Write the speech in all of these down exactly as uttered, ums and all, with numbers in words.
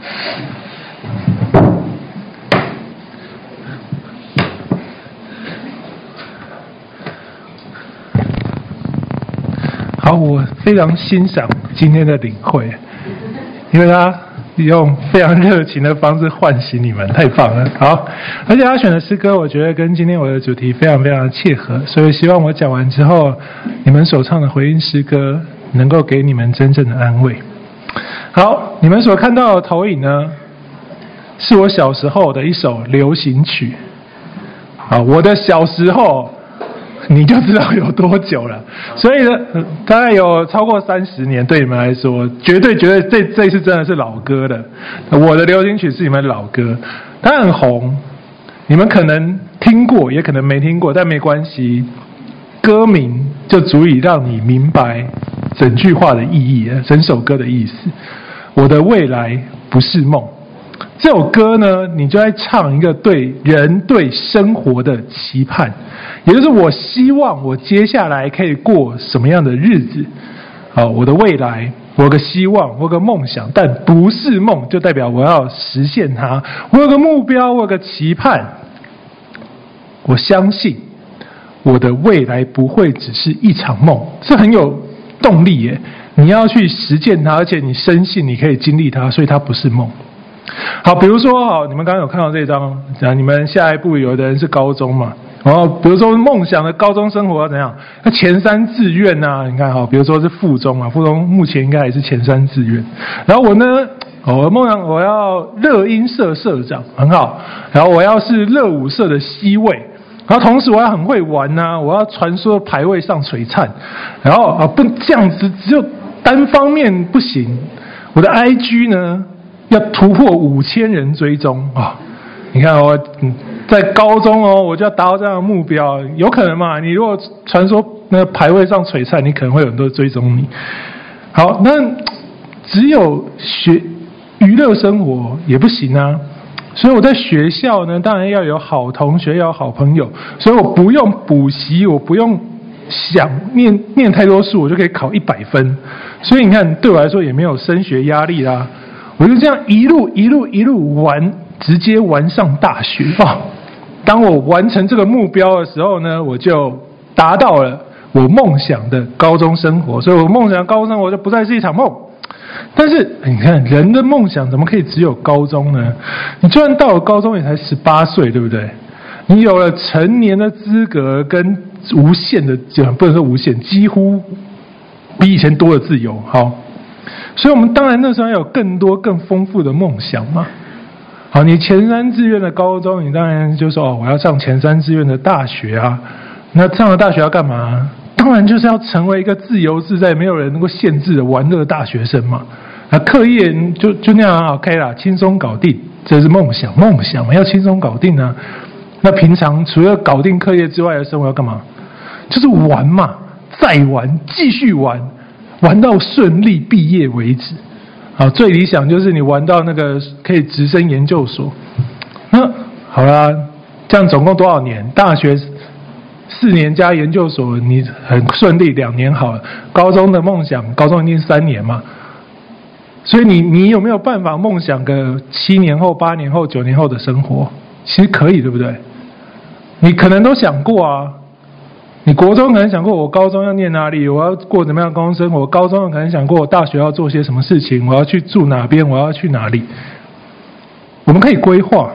好，我非常欣赏今天的领会，因为他用非常热情的方式唤醒你们，太棒了。好，而且他选的诗歌，我觉得跟今天我的主题非常非常的切合，所以希望我讲完之后，你们所唱的回应诗歌能够给你们真正的安慰。好，你们所看到的投影呢，是我小时候的一首流行曲。啊，我的小时候。你就知道有多久了，所以呢，大概有超过三十年，对你们来说，绝对绝对这这一次真的是老歌了。我的流行曲是你们的老歌，它很红，你们可能听过，也可能没听过，但没关系，歌名就足以让你明白整句话的意义，整首歌的意思。我的未来不是梦。这首歌呢，你就在唱一个对人对生活的期盼，也就是我希望我接下来可以过什么样的日子。好，我的未来，我有个希望，我有个梦想，但不是梦，就代表我要实现它。我有个目标，我有个期盼。我相信我的未来不会只是一场梦，这很有动力耶。你要去实践它，而且你深信你可以经历它，所以它不是梦。好，比如说，好，你们刚刚有看到这张，啊，你们下一步有的人是高中嘛，然后比如说梦想的高中生活要怎样？那前三志愿啊，你看，好，比如说是附中啊，附中目前应该也是前三志愿。然后我呢，我的梦想我要热音社社长，很好。然后我要是热舞社的 C 位，然后同时我要很会玩呐、啊，我要传说排位上璀璨。然后啊，不这样子，只有单方面不行。我的 I G 呢？要突破五千人追踪啊、哦！你看我在高中哦，我就要达到这样的目标，有可能嘛？你如果传说那个排位上璀璨，你可能会有很多人追踪你。好，那只有学娱乐生活也不行啊。所以我在学校呢，当然要有好同学，要有好朋友，所以我不用补习，我不用想念念太多书，我就可以考一百分。所以你看，对我来说也没有升学压力啦。我就这样一路一路一路玩，直接玩上大学啊！当我完成这个目标的时候呢，我就达到了我梦想的高中生活，所以我梦想的高中生活就不再是一场梦。但是你看，人的梦想怎么可以只有高中呢？你就算到了高中也才十八岁，对不对？你有了成年的资格跟无限的，不能说无限，几乎比以前多的自由。好。所以我们当然那时候要有更多更丰富的梦想嘛。好，你前三志愿的高中，你当然就说哦，我要上前三志愿的大学啊。那上了大学要干嘛？当然就是要成为一个自由自在、没有人能够限制的玩乐大学生嘛。那课业就就那样 OK 啦，轻松搞定，这是梦想，梦想嘛，要轻松搞定啊。那平常除了搞定课业之外的生活要干嘛？就是玩嘛，再玩，继续玩。玩到顺利毕业为止，好，最理想就是你玩到那个可以直升研究所。那好啦，这样总共多少年？大学四年加研究所，你很顺利，两年好了。高中的梦想，高中一定三年嘛。所以你你有没有办法梦想个七年后、八年后、九年后的生活？其实可以，对不对？你可能都想过啊。你国中可能想过我高中要念哪里，我要过怎么样的高中生活？高中可能想过我大学要做些什么事情，我要去住哪边，我要去哪里？我们可以规划，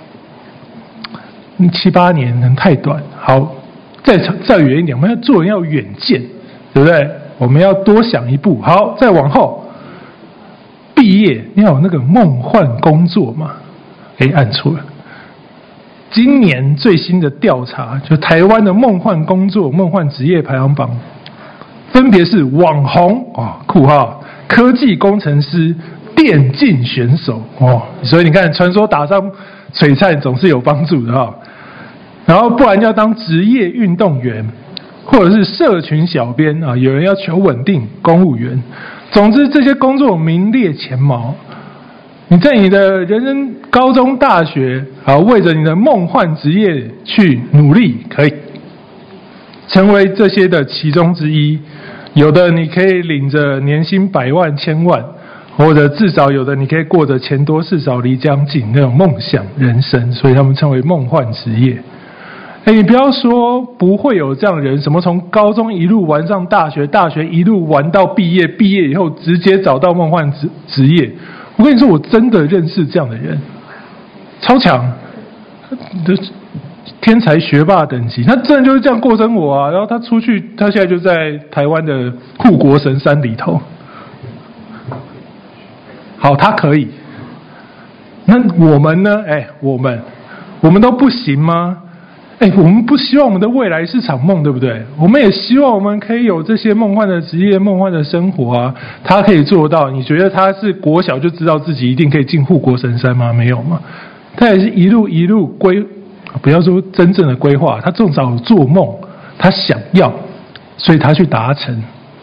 七八年可能太短。好，再再远一点，我们要做人要远见，对不对？我们要多想一步。好，再往后，毕业你要有那个梦幻工作嘛？哎，按错了。今年最新的调查，就台湾的梦幻工作、梦幻职业排行榜，分别是网红哦，酷哈，科技工程师、电竞选手哦，所以你看，传说打上璀璨总是有帮助的哈。然后不然就要当职业运动员，或者是社群小编啊，有人要求稳定，公务员。总之这些工作名列前茅。你在你的人生高中大学啊，为着你的梦幻职业去努力，可以成为这些的其中之一。有的你可以领着年薪百万千万， 或者至少有的你可以过着钱多事少离家近那种梦想人生，所以他们称为梦幻职业。哎，你不要说不会有这样的人，什么从高中一路玩上大学，大学一路玩到毕业，毕业以后直接找到梦幻职职业。我跟你说，我真的认识这样的人，超强，天才学霸等级，他真的就是这样过生活啊。然后他出去，他现在就在台湾的护国神山里头。好，他可以。那我们呢？哎，我们，我们都不行吗？哎，我们不希望我们的未来是场梦，对不对？我们也希望我们可以有这些梦幻的职业、梦幻的生活啊。他可以做到，你觉得他是国小就知道自己一定可以进护国神山吗？没有嘛。他也是一路一路规，不要说真正的规划，他至少做梦，他想要，所以他去达成。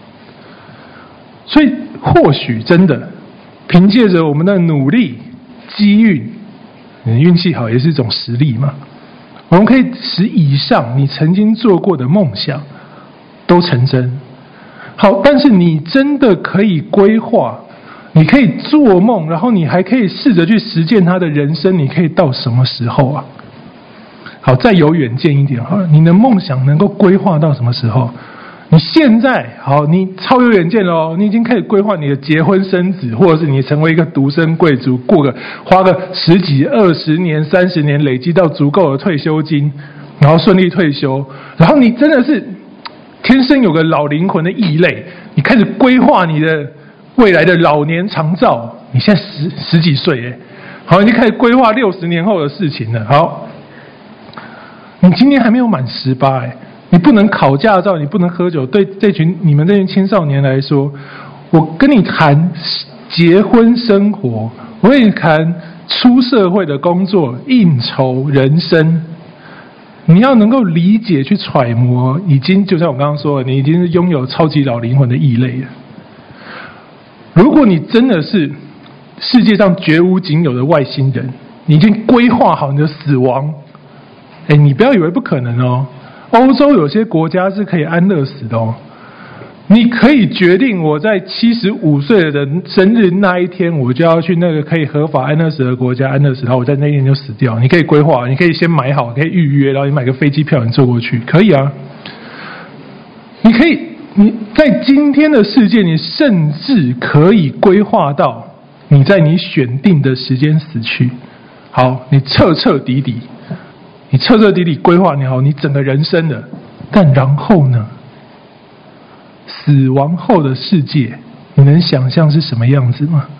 所以或许真的凭借着我们的努力、机运，运气好也是一种实力嘛。我们可以使以上你曾经做过的梦想都成真。好，但是你真的可以规划，你可以做梦，然后你还可以试着去实践他的人生，你可以到什么时候啊？好，再有远见一点好了，你的梦想能够规划到什么时候？你现在好，你超有远见了，你已经可以规划你的结婚生子，或者是你成为一个独身贵族，过个花个十几、二十年、三十年，累积到足够的退休金，然后顺利退休。然后你真的是天生有个老灵魂的异类，你开始规划你的未来的老年长照。你现在十十几岁哎，好，你就开始规划六十年后的事情了。好，你今年还没有满十八哎。你不能考驾照，你不能喝酒。对这群你们这群青少年来说，我跟你谈结婚生活，我跟你谈出社会的工作、应酬、人生，你要能够理解去揣摩，已经就像我刚刚说的，你已经是拥有超级老灵魂的异类了。如果你真的是世界上绝无仅有的外星人，你已经规划好你的死亡，哎，你不要以为不可能哦。欧洲有些国家是可以安乐死的哦，你可以决定我在七十五岁的生日那一天，我就要去那个可以合法安乐死的国家安乐死，然后我在那一天就死掉。你可以规划，你可以先买好，可以预约，然后你买个飞机票，你坐过去，可以啊。你可以，你在今天的世界，你甚至可以规划到你在你选定的时间死去。好，你彻彻底底。你彻彻底底规划你好你整个人生了，但然后呢？死亡后的世界，你能想象是什么样子吗？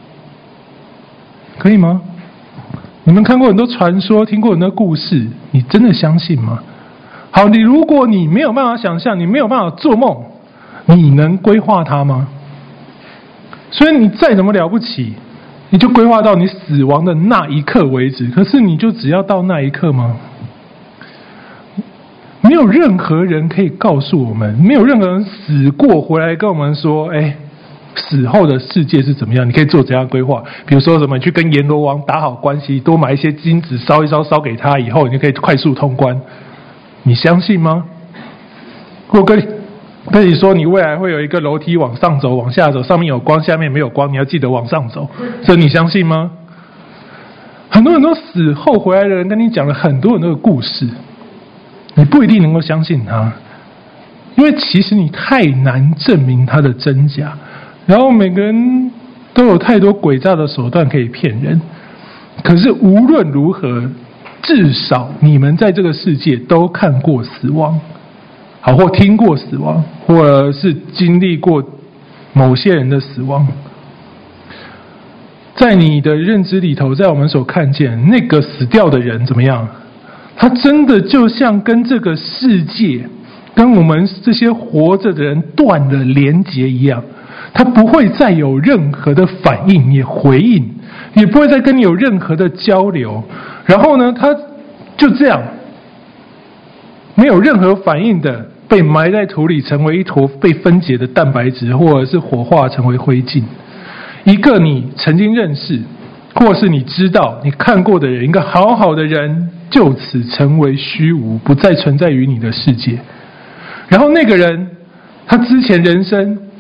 可以吗？你们看过很多传说，听过很多故事，你真的相信吗？好，你如果你没有办法想象，你没有办法做梦，你能规划它吗？所以你再怎么了不起，你就规划到你死亡的那一刻为止，可是你就只要到那一刻吗？没有任何人可以告诉我们，没有任何人死过回来跟我们说，哎，死后的世界是怎么样，你可以做怎样规划。比如说什么，你去跟阎罗王打好关系，多买一些金子烧一烧，烧给他以后，你就可以快速通关。你相信吗？我跟你跟你说，你未来会有一个楼梯往上走，往下走，上面有光，下面没有光，你要记得往上走。这你相信吗？很多很多死后回来的人跟你讲了很多很多的故事，你不一定能够相信他，因为其实你太难证明他的真假。然后每个人都有太多诡诈的手段可以骗人。可是无论如何，至少你们在这个世界都看过死亡。好，或听过死亡，或者是经历过某些人的死亡，在你的认知里头，在我们所看见那个死掉的人怎么样？他真的就像跟这个世界、跟我们这些活着的人断了连结一样，他不会再有任何的反应，也回应，也不会再跟你有任何的交流。然后呢，他就这样没有任何反应的被埋在土里，成为一坨被分解的蛋白质，或者是火化成为灰烬。一个你曾经认识，或是你知道你看过的人，一个好好的人，就此成为虚无，不再存在于你的世界。然后那个人，他之前人生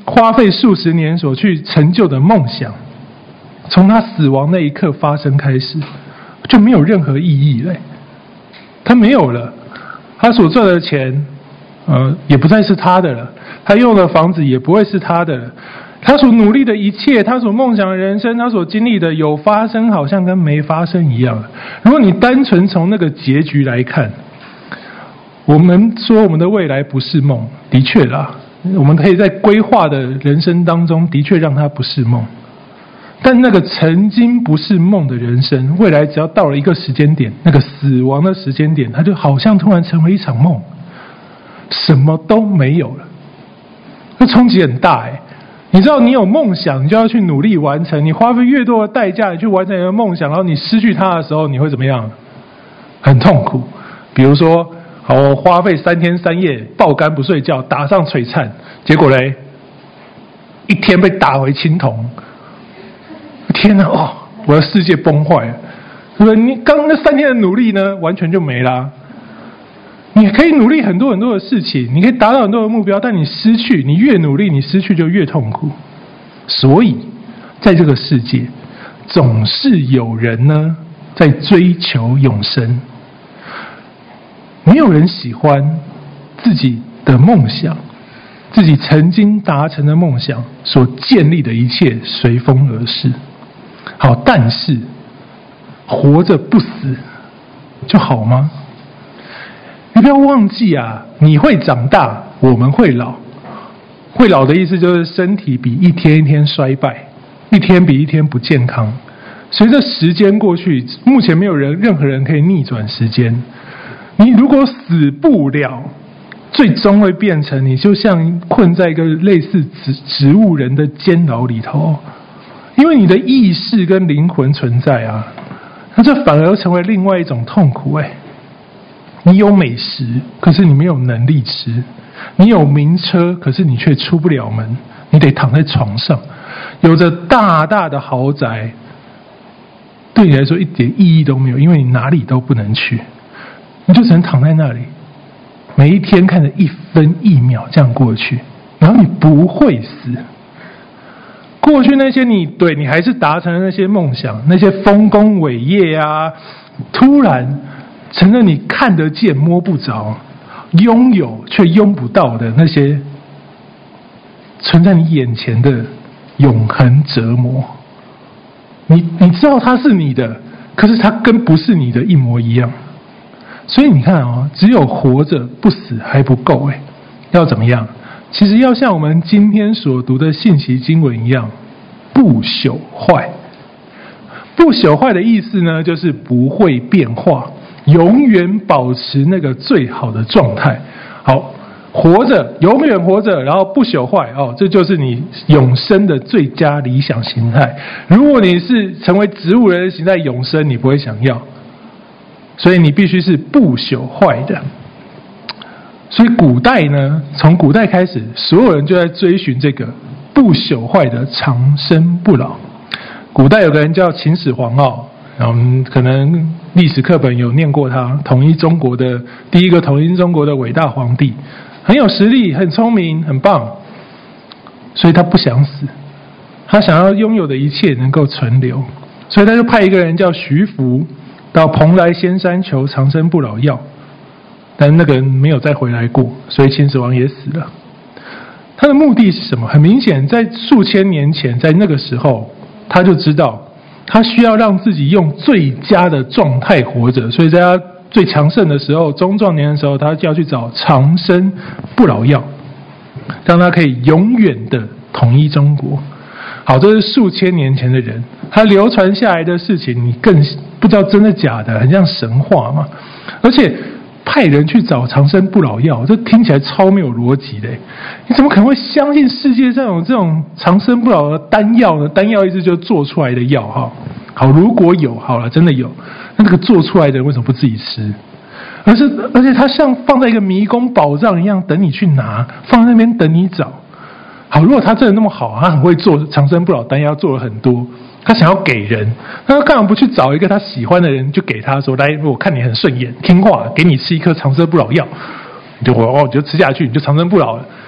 花费数十年所去成就的梦想，从他死亡那一刻发生开始，就没有任何意义了。他没有了，他所赚的钱，呃，也不再是他的了。他用的房子也不会是他的了。他所努力的一切，他所梦想的人生，他所经历的有发生，好像跟没发生一样。如果你单纯从那个结局来看，我们说我们的未来不是梦，的确啦，我们可以在规划的人生当中，的确让它不是梦。但那个曾经不是梦的人生，未来只要到了一个时间点，那个死亡的时间点，它就好像突然成为一场梦，什么都没有了。那冲击很大哎！你知道，你有梦想，你就要去努力完成。你花费越多的代价，你去完成你的梦想，然后你失去它的时候，你会怎么样？很痛苦。比如说，好，我花费三天三夜爆肝不睡觉，打上璀璨，结果嘞，一天被打回青铜。天哪！哦，我的世界崩坏了，对不对？你刚那三天的努力呢，完全就没啦。你可以努力很多很多的事情，你可以达到很多的目标，但你失去，你越努力，你失去就越痛苦。所以，在这个世界，总是有人呢在追求永生。没有人喜欢自己的梦想，自己曾经达成的梦想所建立的一切随风而逝。好，但是活着不死就好吗？你不要忘记啊，你会长大，我们会老。会老的意思就是身体比一天一天衰败，一天比一天不健康。随着时间过去，目前没有人任何人可以逆转时间。你如果死不了，最终会变成你就像困在一个类似植植物人的监牢里头，因为你的意识跟灵魂存在啊，那这反而成为另外一种痛苦。哎，你有美食，可是你没有能力吃；你有名车，可是你却出不了门，你得躺在床上。有着大大的豪宅，对你来说一点意义都没有，因为你哪里都不能去，你就只能躺在那里，每一天看着一分一秒这样过去，然后你不会死。过去那些你对你还是达成了那些梦想，那些丰功伟业啊，突然成了你看得见摸不着，拥有却拥不到的那些存在你眼前的永恒折磨。你你知道它是你的，可是它跟不是你的一模一样。所以你看哦，只有活着不死还不够哎，要怎么样？其实要像我们今天所读的信息经文一样，不朽坏。不朽坏的意思呢，就是不会变化，永远保持那个最好的状态。好，活着，永远活着，然后不朽坏哦，这就是你永生的最佳理想形态。如果你是成为植物人的形态永生，你不会想要，所以你必须是不朽坏的。所以古代呢，从古代开始，所有人就在追寻这个不朽坏的长生不老。古代有个人叫秦始皇哦，然后可能历史课本有念过他，统一中国的第一个统一中国的伟大皇帝，很有实力，很聪明，很棒，所以他不想死，他想要拥有的一切能够存留，所以他就派一个人叫徐福到蓬莱仙山求长生不老药。但那个人没有再回来过，所以秦始皇也死了。他的目的是什么？很明显，在数千年前，在那个时候，他就知道他需要让自己用最佳的状态活着，所以在他最强盛的时候，中壮年的时候，他就要去找长生不老药，让他可以永远的统一中国。好，这是数千年前的人，他流传下来的事情，你更不知道真的假的，很像神话嘛。而且派人去找长生不老药，这听起来超没有逻辑的。你怎么可能会相信世界上有这种长生不老的丹药呢？丹药意思就是做出来的药哈。好，如果有，好了，真的有，那这个做出来的人为什么不自己吃？而是而且它像放在一个迷宫宝藏一样，等你去拿，放在那边等你找。好，如果他真的那么好，他很会做长生不老丹药，做了很多，他想要给人，那他干嘛不去找一个他喜欢的人，就给他说，来，我看你很顺眼，听话，给你吃一颗长生不老药，你就哦，你就吃下去，你就长生不老了。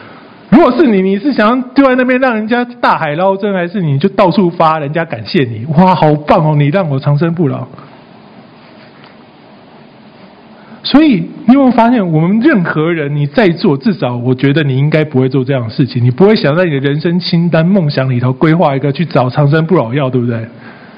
如果是你，你是想要丢在那边让人家大海捞针，还是你就到处发，人家感谢你？哇，好棒哦！你让我长生不老。所以你有没有发现，我们任何人你在做，至少我觉得你应该不会做这样的事情。你不会想在你的人生清单、梦想里头规划一个去找长生不老药，对不对？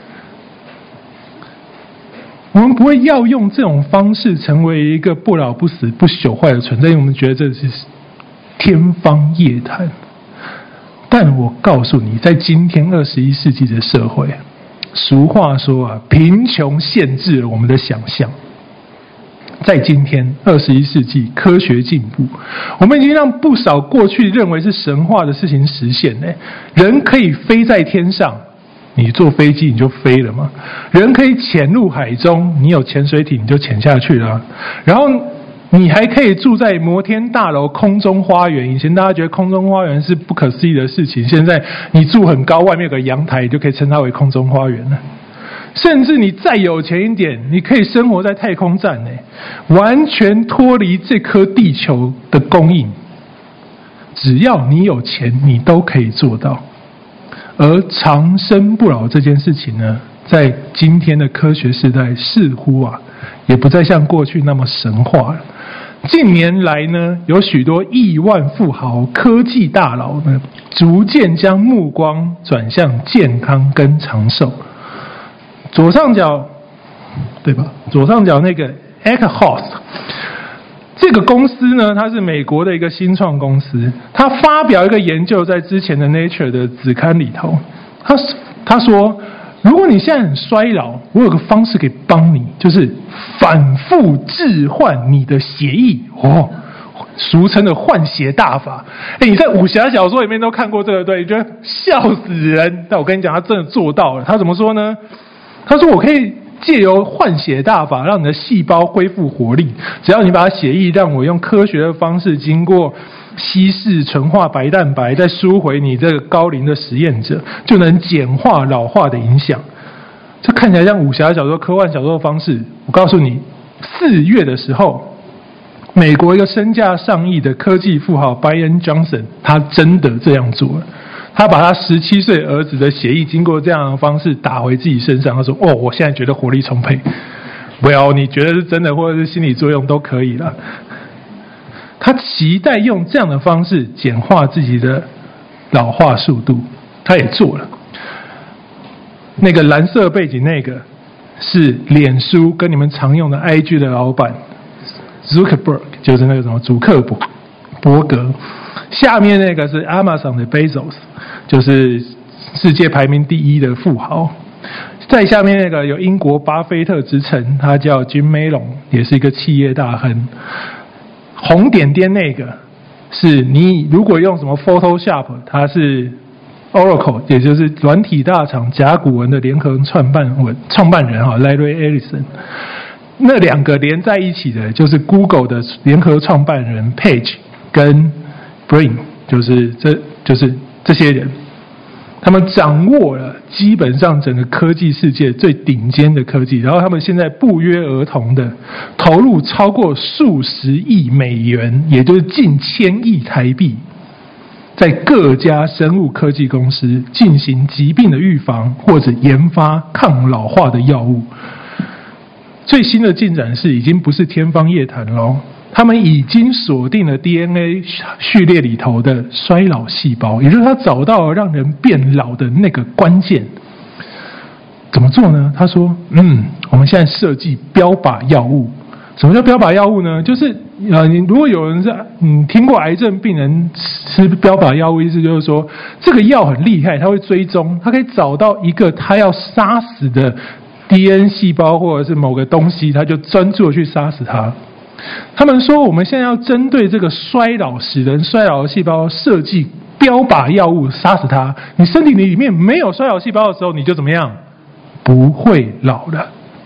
我们不会要用这种方式成为一个不老不死不朽坏的存在，因为我们觉得这是天方夜谭。但我告诉你，在今天二十一世纪的社会，俗话说啊，贫穷限制了我们的想象。在今天二十一世纪，科学进步，我们已经让不少过去认为是神话的事情实现了。人可以飞在天上，你坐飞机你就飞了嘛。人可以潜入海中，你有潜水艇你就潜下去了。然后你还可以住在摩天大楼空中花园，以前大家觉得空中花园是不可思议的事情，现在你住很高，外面有个阳台，你就可以称它为空中花园了。甚至你再有钱一点，你可以生活在太空站内，完全脱离这颗地球的供应。只要你有钱，你都可以做到。而长生不老这件事情呢，在今天的科学时代，似乎啊，也不再像过去那么神话了。近年来呢，有许多亿万富豪、科技大佬呢，逐渐将目光转向健康跟长寿。左上角，对吧？左上角那个 Eckhart 这个公司呢，它是美国的一个新创公司。它发表一个研究在之前的 Nature 的子刊里头，他他说，如果你现在很衰老，我有个方式可以帮你，就是反复置换你的血液哦。俗称的换血大法，哎，你在武侠小说里面都看过这个，对？你觉得笑死人。但我跟你讲，他真的做到了。他怎么说呢？他说：“我可以借由换血大法，让你的细胞恢复活力。只要你把血液让我用科学的方式，经过稀释、纯化白蛋白，再输回你这个高龄的实验者，就能简化老化的影响。”这看起来像武侠小说、科幻小说的方式。我告诉你，四月的时候，美国一个身价上亿的科技富豪 Brian Johnson， 他真的这样做了。他把他十七岁儿子的血液经过这样的方式打回自己身上。他说：“哦，我现在觉得活力充沛。” Well， 你觉得是真的，或者是心理作用都可以了。他期待用这样的方式简化自己的老化速度，他也做了。那个蓝色背景那个是脸书跟你们常用的 I G 的老板 Zuckerberg， 就是那个什么祖克伯伯格。下面那个是 Amazon 的 Bezos， 就是世界排名第一的富豪。再下面那个有英国巴菲特之称，他叫 Jim Malone， 也是一个企业大亨。红点点那个是你如果用什么 Photoshop， 他是 Oracle， 也就是软体大厂甲骨文的联合创办人创办人 Larry Ellison。那两个连在一起的就是 Google 的联合创办人 Page 跟Brain， 就是这就是这些人，他们掌握了基本上整个科技世界最顶尖的科技，然后他们现在不约而同的投入超过数十亿美元，也就是近千亿台币，在各家生物科技公司进行疾病的预防或者研发抗老化的药物。最新的进展是已经不是天方夜谭了，他们已经锁定了 D N A 序列里头的衰老细胞，也就是他找到了让人变老的那个关键。怎么做呢？他说：“嗯，我们现在设计标靶药物。什么叫标靶药物呢？就是呃，你如果有人是你听过癌症病人吃标靶药物，意思就是说这个药很厉害，它会追踪，它可以找到一个他要杀死的 D N A 细胞或者是某个东西，他就专注去杀死它。”他们说，我们现在要针对这个衰老使人衰老的细胞设计标靶药物，杀死它。你身体里面没有衰老细胞的时候，你就怎么样？不会老了。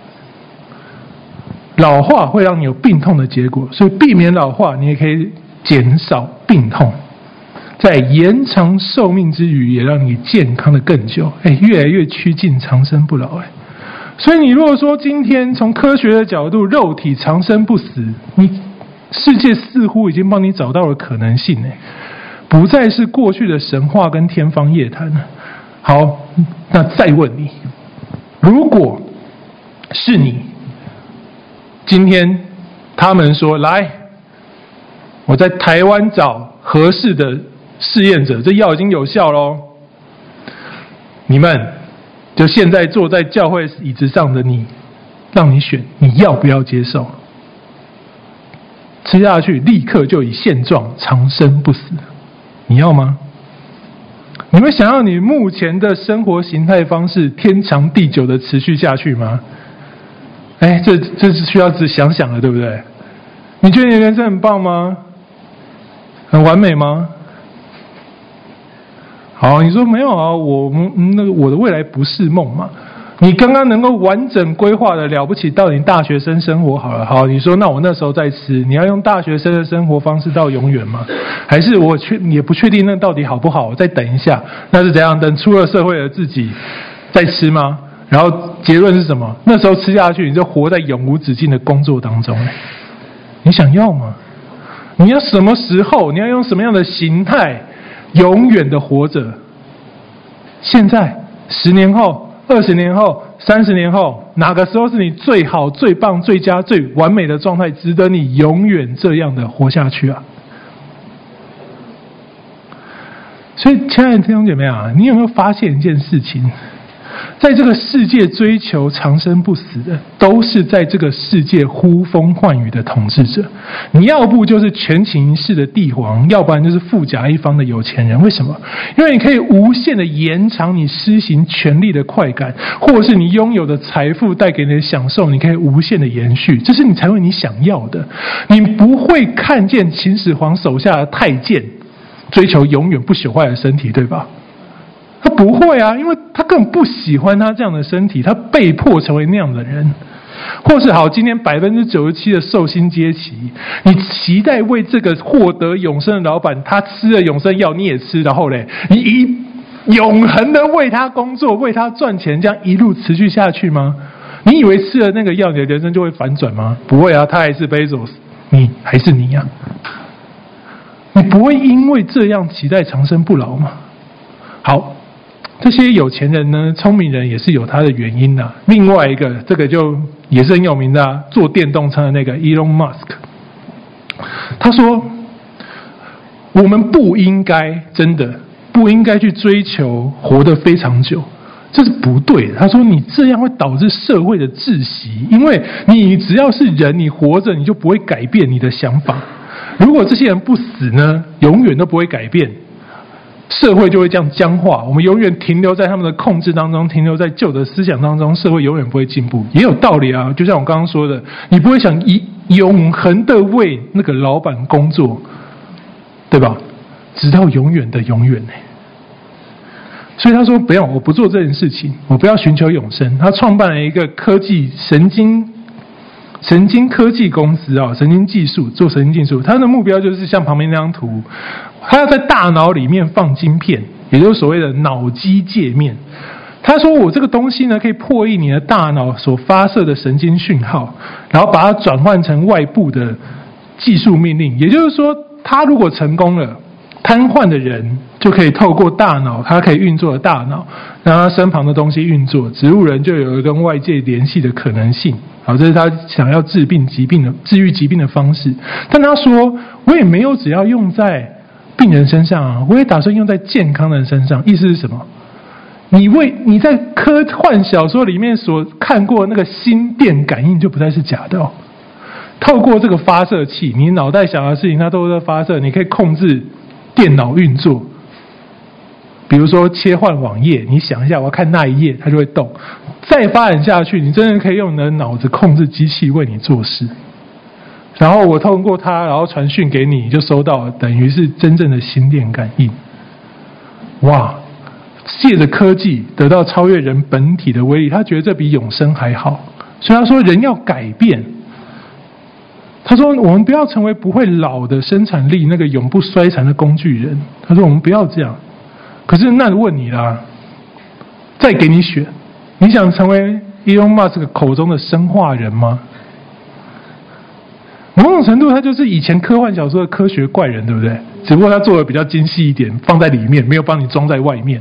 老化会让你有病痛的结果，所以避免老化，你也可以减少病痛，在延长寿命之余，也让你健康的更久。哎，越来越趋近长生不老。哎。所以你如果说今天从科学的角度，肉体长生不死，你世界似乎已经帮你找到了可能性。 不再是过去的神话跟天方夜谭了。好，那再问你，如果是你，今天他们说来，我在台湾找合适的试验者，这药已经有效咯，你们就现在坐在教会椅子上的你，让你选，你要不要接受？吃下去立刻就以现状长生不死，你要吗？你会想要你目前的生活形态方式天长地久的持续下去吗？哎，这这是需要自己想想的，对不对？你觉得你的人生很棒吗？很完美吗？好，你说没有啊，我那个我的未来不是梦嘛。你刚刚能够完整规划的了不起到你大学生生活好了，好，你说那我那时候再吃，你要用大学生的生活方式到永远吗？还是我确也不确定那到底好不好，我再等一下，那是怎样？等出了社会的自己再吃吗？然后结论是什么？那时候吃下去，你就活在永无止境的工作当中，你想要吗？你要什么时候？你要用什么样的形态永远的活着？现在、十年后、二十年后、三十年后，哪个时候是你最好、最棒、最佳、最完美的状态，值得你永远这样的活下去啊？所以，亲爱的弟兄姐妹啊，你有没有发现一件事情？在这个世界追求长生不死的，都是在这个世界呼风唤雨的统治者。你要不就是权倾一世的帝皇，要不然就是富甲一方的有钱人。为什么？因为你可以无限的延长你施行权力的快感，或者是你拥有的财富带给你的享受，你可以无限的延续，这是你才会你想要的。你不会看见秦始皇手下的太监追求永远不朽坏的身体，对吧？他不会啊，因为他根本不喜欢他这样的身体，他被迫成为那样的人。或是好，今天百分之九十七的受薪阶级，你期待为这个获得永生的老板，他吃了永生药你也吃，然后嘞，你一永恒的为他工作，为他赚钱，这样一路持续下去吗？你以为吃了那个药，你的人生就会反转吗？不会啊，他还是 Bezos， 你还是你啊。你不会因为这样期待长生不老吗？好。这些有钱人呢，聪明人也是有他的原因的、啊。另外一个，这个就也是很有名的、啊，做电动车的那个 Elon Musk， 他说：“我们不应该真的不应该去追求活得非常久，这是不对的。”他说：“你这样会导致社会的窒息，因为你只要是人，你活着你就不会改变你的想法。如果这些人不死呢，永远都不会改变。”社会就会这样僵化，我们永远停留在他们的控制当中，停留在旧的思想当中，社会永远不会进步。也有道理啊，就像我刚刚说的，你不会想以永恒的为那个老板工作，对吧？直到永远的永远呢。所以他说不要，我不做这件事情，我不要寻求永生。他创办了一个科技神经神经科技公司啊，神经技术做神经技术，他的目标就是像旁边那张图。他要在大脑里面放晶片，也就是所谓的脑机界面。他说我这个东西呢，可以破译你的大脑所发射的神经讯号，然后把它转换成外部的技术命令。也就是说，他如果成功了，瘫痪的人就可以透过大脑，他可以运作的大脑，让他身旁的东西运作。植物人就有一个跟外界联系的可能性。好，这是他想要治病疾病的治愈疾病的方式。但他说，我也没有只要用在病人身上啊，我也打算用在健康的人身上。意思是什么？你为你在科幻小说里面所看过那个心电感应就不再是假的哦。透过这个发射器，你脑袋想的事情它都在发射，你可以控制电脑运作。比如说切换网页，你想一下我要看那一页，它就会动。再发展下去，你真的可以用你的脑子控制机器为你做事。然后我透过它，然后传讯给你，你就收到了，等于是真正的心电感应。哇！借着科技得到超越人本体的威力，他觉得这比永生还好。所以他说人要改变。他说我们不要成为不会老的生产力那个永不衰残的工具人。他说我们不要这样。可是那问你啦，再给你选，你想成为 Elon Musk 口中的生化人吗？某种程度他就是以前科幻小说的科学怪人，对不对？ 只不过他做的比较精细一点，放在里面，没有帮你装在外面。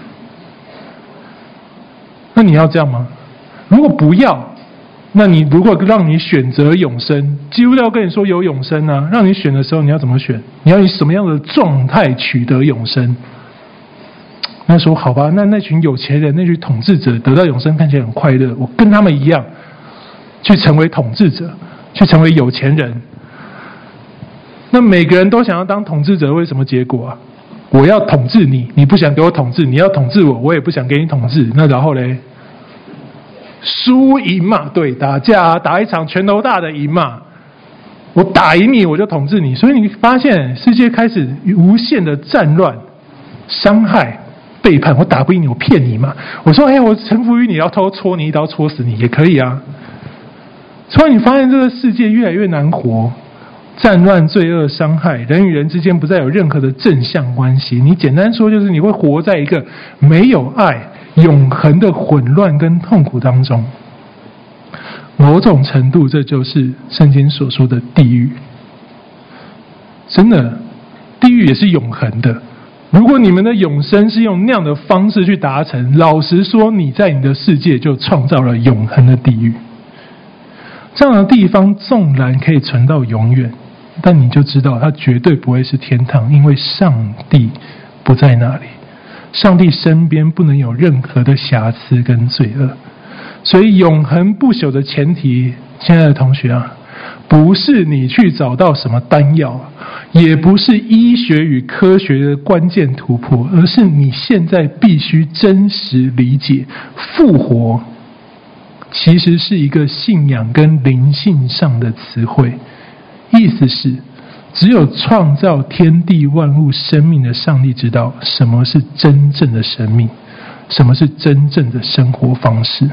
那你要这样吗？如果不要，那你如果让你选择永生，基督教跟你说有永生啊，让你选的时候你要怎么选？你要以什么样的状态取得永生？那说好吧，那那群有钱人、那群统治者得到永生看起来很快乐，我跟他们一样，去成为统治者，去成为有钱人。那每个人都想要当统治者，为什么结果啊？我要统治你，你不想给我统治，你要统治我，我也不想给你统治。那然后嘞，输赢嘛，对，打架啊，打一场拳头大的赢嘛，我打赢你，我就统治你。所以你发现世界开始无限的战乱、伤害、背叛。我打不赢你，我骗你嘛。我说，哎，我臣服于你，要偷戳你一刀，戳死你也可以啊。所以你发现这个世界越来越难活。战乱、罪恶、伤害，人与人之间不再有任何的正向关系。你简单说，就是你会活在一个没有爱、永恒的混乱跟痛苦当中。某种程度，这就是圣经所说的地狱。真的，地狱也是永恒的。如果你们的永生是用那样的方式去达成，老实说，你在你的世界就创造了永恒的地狱。这样的地方纵然可以存到永远，但你就知道它绝对不会是天堂，因为上帝不在那里，上帝身边不能有任何的瑕疵跟罪恶。所以永恒不朽的前提，亲爱的同学啊，不是你去找到什么丹药，也不是医学与科学的关键突破，而是你现在必须真实理解复活其实是一个信仰跟灵性上的词汇，意思是只有创造天地万物生命的上帝知道什么是真正的生命，什么是真正的生活方式。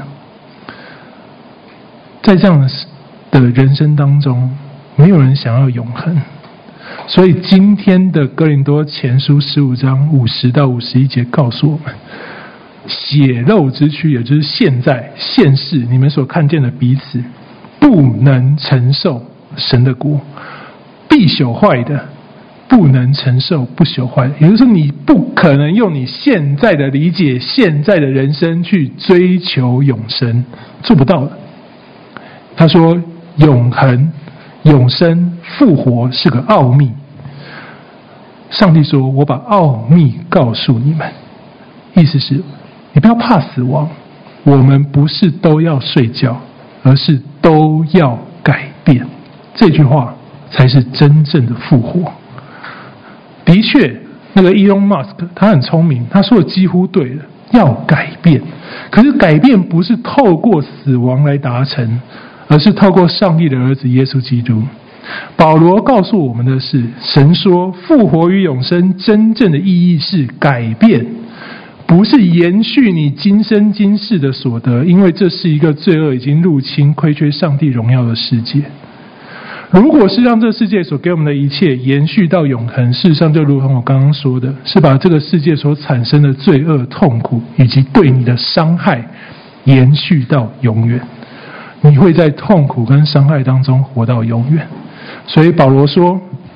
在这样的人生当中，没有人想要永恒，所以今天的哥林多前书十五章五十到五十一节告诉我们，血肉之躯，也就是现在现世你们所看见的彼此，不能承受神的国，必朽坏的不能承受不朽坏的。也就是说，你不可能用你现在的理解、现在的人生去追求永生，做不到的。他说，永恒、永生、复活是个奥秘。上帝说，我把奥秘告诉你们，意思是你不要怕死亡，我们不是都要睡觉，而是都要改变。这句话才是真正的复活。的确，那个 Elon Musk 他很聪明，他说的几乎对了，要改变。可是改变不是透过死亡来达成，而是透过上帝的儿子耶稣基督。保罗告诉我们的是，神说复活与永生真正的意义是改变，不是延续你今生今世的所得，因为这是一个罪恶已经入侵、亏缺上帝荣耀的世界。如果是让这世界所给我们的一切延续到永恒，事实上就如同我刚刚说的，是把这个世界所产生的罪恶、痛苦以及对你的伤害延续到永远。你会在痛苦跟伤害当中活到永远。所以保罗说，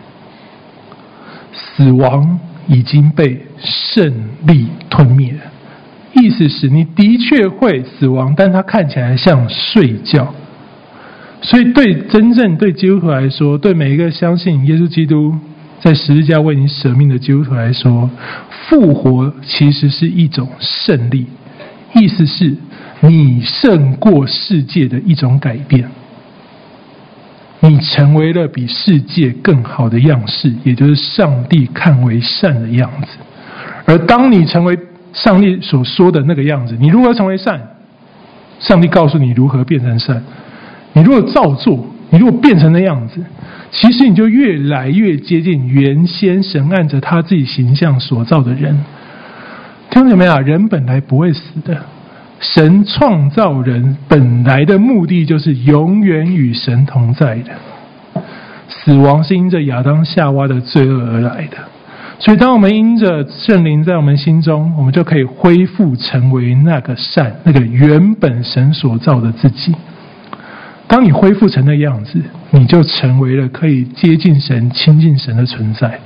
死亡已经被胜利吞灭了，意思是你的确会死亡，但它看起来像睡觉。所以对真正对基督徒来说，对每一个相信耶稣基督在十字架为你舍命的基督徒来说，复活其实是一种胜利，意思是你胜过世界的一种改变，你成为了比世界更好的样式，也就是上帝看为善的样子。而当你成为上帝所说的那个样子，你如何成为善，上帝告诉你如何变成善。你如果照做，你如果变成那样子，其实你就越来越接近原先神按着他自己形象所造的人。听懂没有？人本来不会死的，神创造人本来的目的就是永远与神同在的。死亡是因着亚当夏娃的罪恶而来的，所以当我们因着圣灵在我们心中，我们就可以恢复成为那个善，那个原本神所造的自己。当你恢复成那样子，你就成为了可以接近神、亲近神的存在。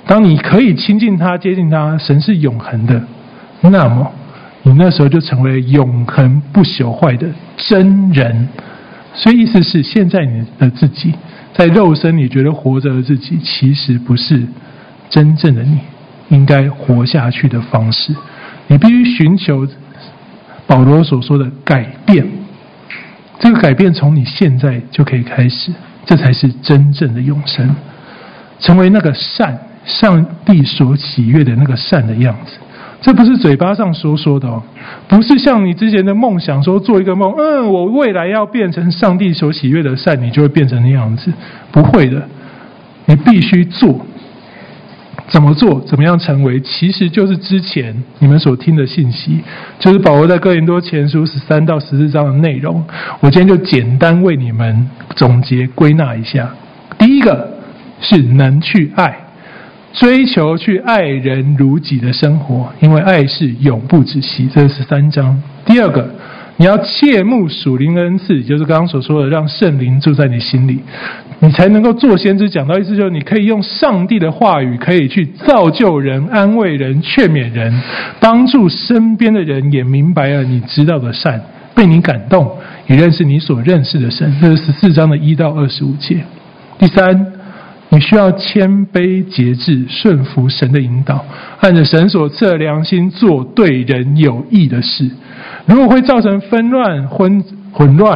当你可以亲近他、接近他，神是永恒的，那么你那时候就成为永恒不朽坏的真人。所以意思是，现在你的自己在肉身你觉得活着的自己，其实不是真正的你应该活下去的方式。你必须寻求保罗所说的改变，这个改变从你现在就可以开始，这才是真正的永生，成为那个善，上帝所喜悦的那个善的样子。这不是嘴巴上说说的哦，不是像你之前的梦想说做一个梦，嗯，我未来要变成上帝所喜悦的善，你就会变成那样子，不会的，你必须做。怎么做？怎么样成为？其实就是之前你们所听的信息，就是保罗在哥林多前书十三到十四章的内容。我今天就简单为你们总结归纳一下。第一个是能去爱，追求去爱人如己的生活，因为爱是永不止息，这是十三章。第二个，你要切慕属灵恩赐，也就是刚刚所说的，让圣灵住在你心里，你才能够做先知。讲到意思就是，你可以用上帝的话语，可以去造就人、安慰人、劝勉人，帮助身边的人也明白了你知道的善，被你感动，也认识你所认识的神。这是十四章的一到二十五节。第三，你需要谦卑节制，顺服神的引导，按着神所赐的良心做对人有益的事。如果会造成纷乱、混混乱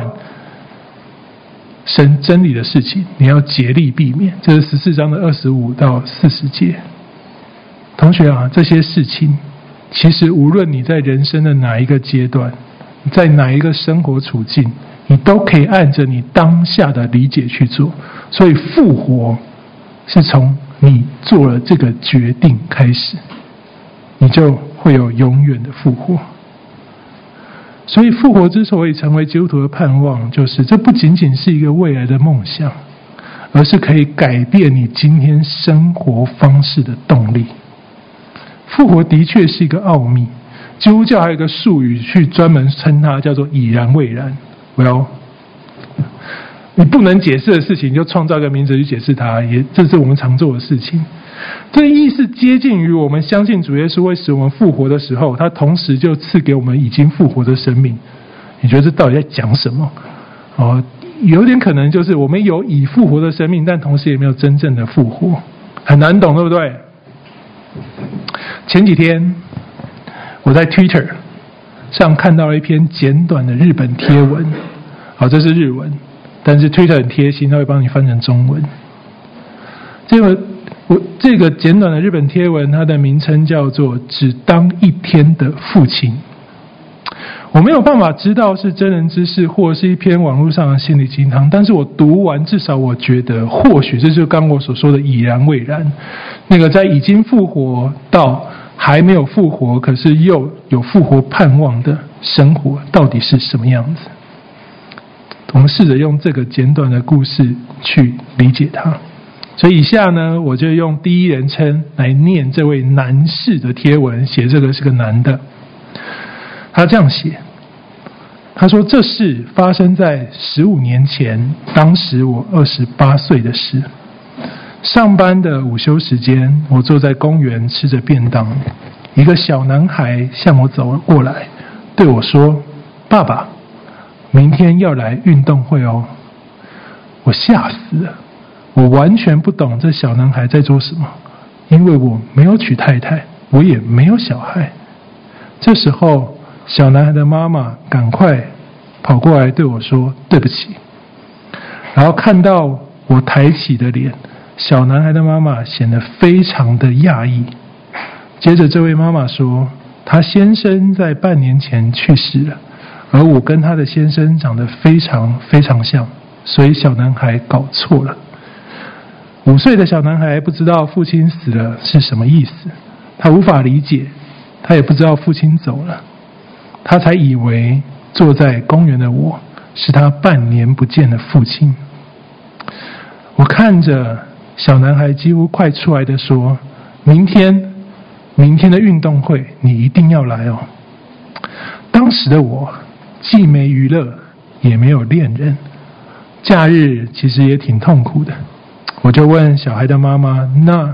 神真理的事情，你要竭力避免。这是十四章的二十五到四十节。同学啊，这些事情其实无论你在人生的哪一个阶段，在哪一个生活处境，你都可以按着你当下的理解去做。所以复活是从你做了这个决定开始，你就会有永远的复活。所以复活之所以成为基督徒的盼望，就是这不仅仅是一个未来的梦想，而是可以改变你今天生活方式的动力。复活的确是一个奥秘，基督教还有一个术语去专门称它，叫做已然未然。Well， 你不能解释的事情，就创造一个名字去解释它，也这是我们常做的事情。这个意思接近于我们相信主耶稣会使我们复活的时候，他同时就赐给我们已经复活的生命。你觉得这到底在讲什么？哦，有点可能就是我们有已复活的生命，但同时也没有真正的复活，很难懂，对不对？前几天我在 Twitter 上看到了一篇简短的日本贴文，好，这是日文，但是 Twitter 很贴心，它会帮你翻成中文。这个我这个简短的日本贴文，它的名称叫做“只当一天的父亲”。我没有办法知道是真人知识，或是一篇网络上的心灵鸡汤，但是我读完，至少我觉得，或许这就是刚我所说的已然未然。那个在已经复活到还没有复活，可是又有复活盼望的生活，到底是什么样子？我们试着用这个简短的故事去理解它。所以以下呢，我就用第一人称来念这位男士的贴文，写这个是个男的。他这样写，他说这事发生在十五年前，当时我二十八岁的事。上班的午休时间，我坐在公园吃着便当，一个小男孩向我走过来，对我说：“爸爸，明天要来运动会哦。”我吓死了。我完全不懂这小男孩在做什么，因为我没有娶太太，我也没有小孩。这时候，小男孩的妈妈赶快跑过来对我说：“对不起。”然后看到我抬起的脸，小男孩的妈妈显得非常的讶异。接着，这位妈妈说：“她先生在半年前去世了，而我跟他的先生长得非常非常像，所以小男孩搞错了。”五岁的小男孩不知道父亲死了是什么意思，他无法理解，他也不知道父亲走了，他才以为坐在公园的我是他半年不见的父亲。我看着小男孩几乎快出来的说：“明天，明天的运动会你一定要来哦。”当时的我既没娱乐，也没有恋人，假日其实也挺痛苦的。我就问小孩的妈妈：“那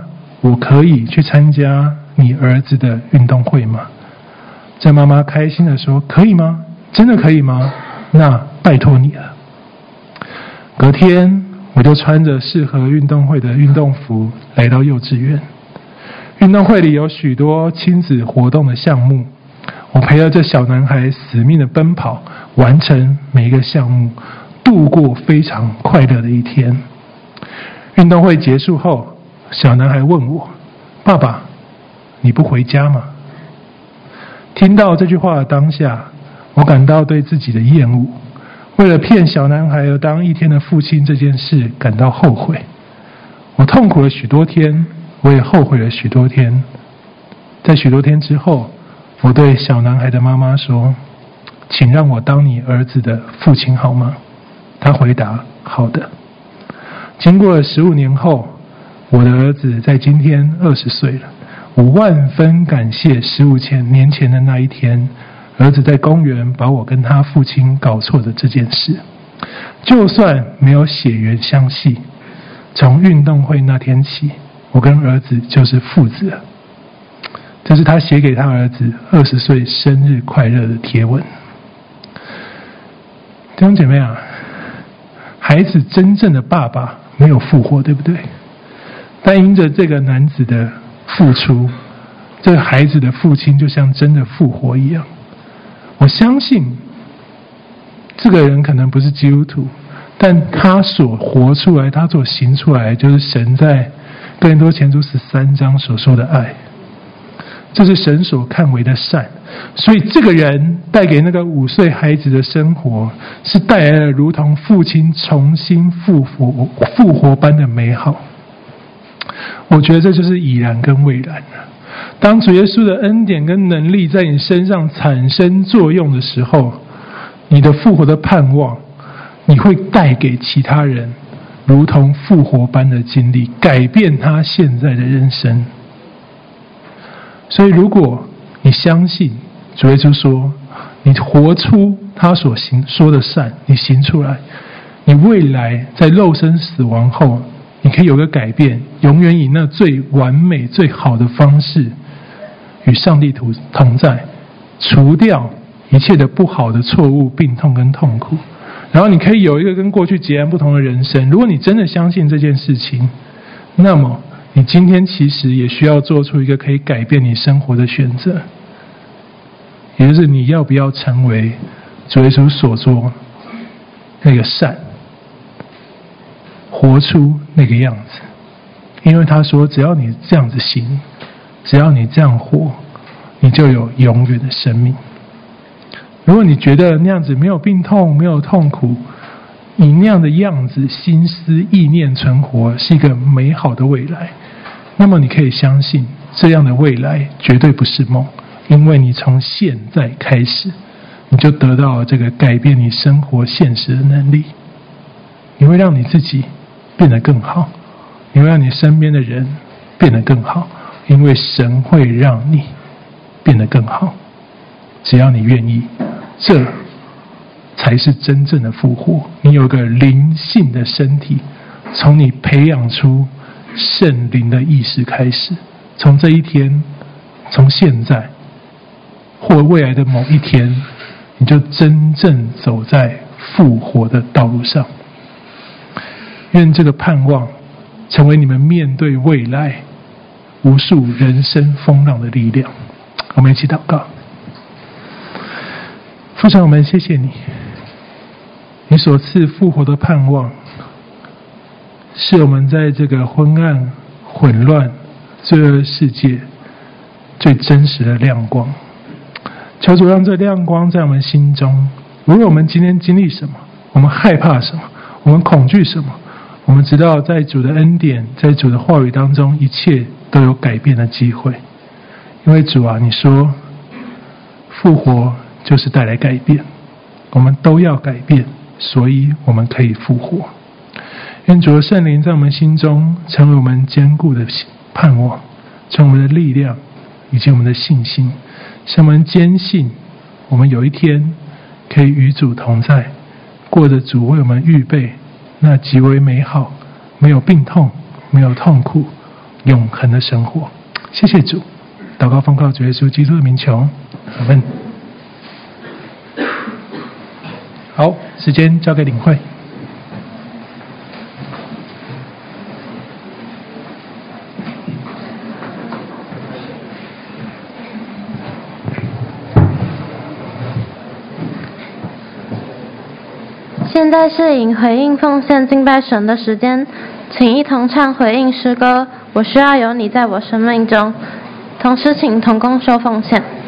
我可以去参加你儿子的运动会吗？”这妈妈开心地说：“可以吗？真的可以吗？那拜托你了。”隔天我就穿着适合运动会的运动服来到幼稚园。运动会里有许多亲子活动的项目，我陪着这小男孩死命的奔跑，完成每一个项目，度过非常快乐的一天。运动会结束后，小男孩问我：“爸爸，你不回家吗？”听到这句话的当下，我感到对自己的厌恶，为了骗小男孩而当一天的父亲这件事感到后悔。我痛苦了许多天，我也后悔了许多天。在许多天之后，我对小男孩的妈妈说：“请让我当你儿子的父亲好吗？”他回答：“好的。”经过了十五年后，我的儿子在今天二十岁了。我万分感谢十五年前的那一天，儿子在公园把我跟他父亲搞错的这件事。就算没有血缘相系，从运动会那天起，我跟儿子就是父子了。这是他写给他儿子二十岁生日快乐的贴文。弟兄姐妹啊，孩子真正的爸爸没有复活，对不对？但因着这个男子的付出，这个孩子的父亲就像真的复活一样。我相信这个人可能不是基督徒，但他所活出来，他所行出来，就是神在哥林多前书十三章所说的爱。这是神所看为的善，所以这个人带给那个五岁孩子的生活，是带来了如同父亲重新复活、复活般的美好。我觉得这就是已然跟未然了。当主耶稣的恩典跟能力在你身上产生作用的时候，你的复活的盼望，你会带给其他人如同复活般的经历，改变他现在的人生。所以如果你相信主耶稣说，你活出他所行说的善，你行出来，你未来在肉身死亡后，你可以有个改变，永远以那最完美最好的方式与上帝同在，除掉一切的不好的错误、病痛跟痛苦，然后你可以有一个跟过去截然不同的人生。如果你真的相信这件事情，那么你今天其实也需要做出一个可以改变你生活的选择，也就是你要不要成为主耶稣所做那个善，活出那个样子。因为他说，只要你这样子行，只要你这样活，你就有永远的生命。如果你觉得那样子没有病痛、没有痛苦，你那样的样子心思意念存活是一个美好的未来，那么你可以相信这样的未来绝对不是梦，因为你从现在开始你就得到了这个改变你生活现实的能力。你会让你自己变得更好，你会让你身边的人变得更好，因为神会让你变得更好，只要你愿意。这才是真正的复活。你有个灵性的身体，从你培养出圣灵的意识开始，从这一天，从现在或未来的某一天，你就真正走在复活的道路上。愿这个盼望成为你们面对未来无数人生风浪的力量。我们一起祷告。父神，我们谢谢你，你所赐复活的盼望，是我们在这个昏暗、混乱、罪恶世界最真实的亮光。求主让这亮光在我们心中，无论我们今天经历什么，我们害怕什么，我们恐惧什么，我们知道在主的恩典，在主的话语当中，一切都有改变的机会。因为主啊，你说复活就是带来改变，我们都要改变，所以我们可以复活。愿主的圣灵在我们心中成为我们坚固的盼望，成为我们的力量以及我们的信心，使我们坚信我们有一天可以与主同在，过着主为我们预备那极为美好，没有病痛，没有痛苦， 永恒的生活。谢谢主，祷告奉靠主耶稣基督的名求，阿们。好，时间交给领会。 现在是以回应奉献敬拜神的时间，请一同唱回应诗歌。我需要有你在我生命中，同时请同工收奉献。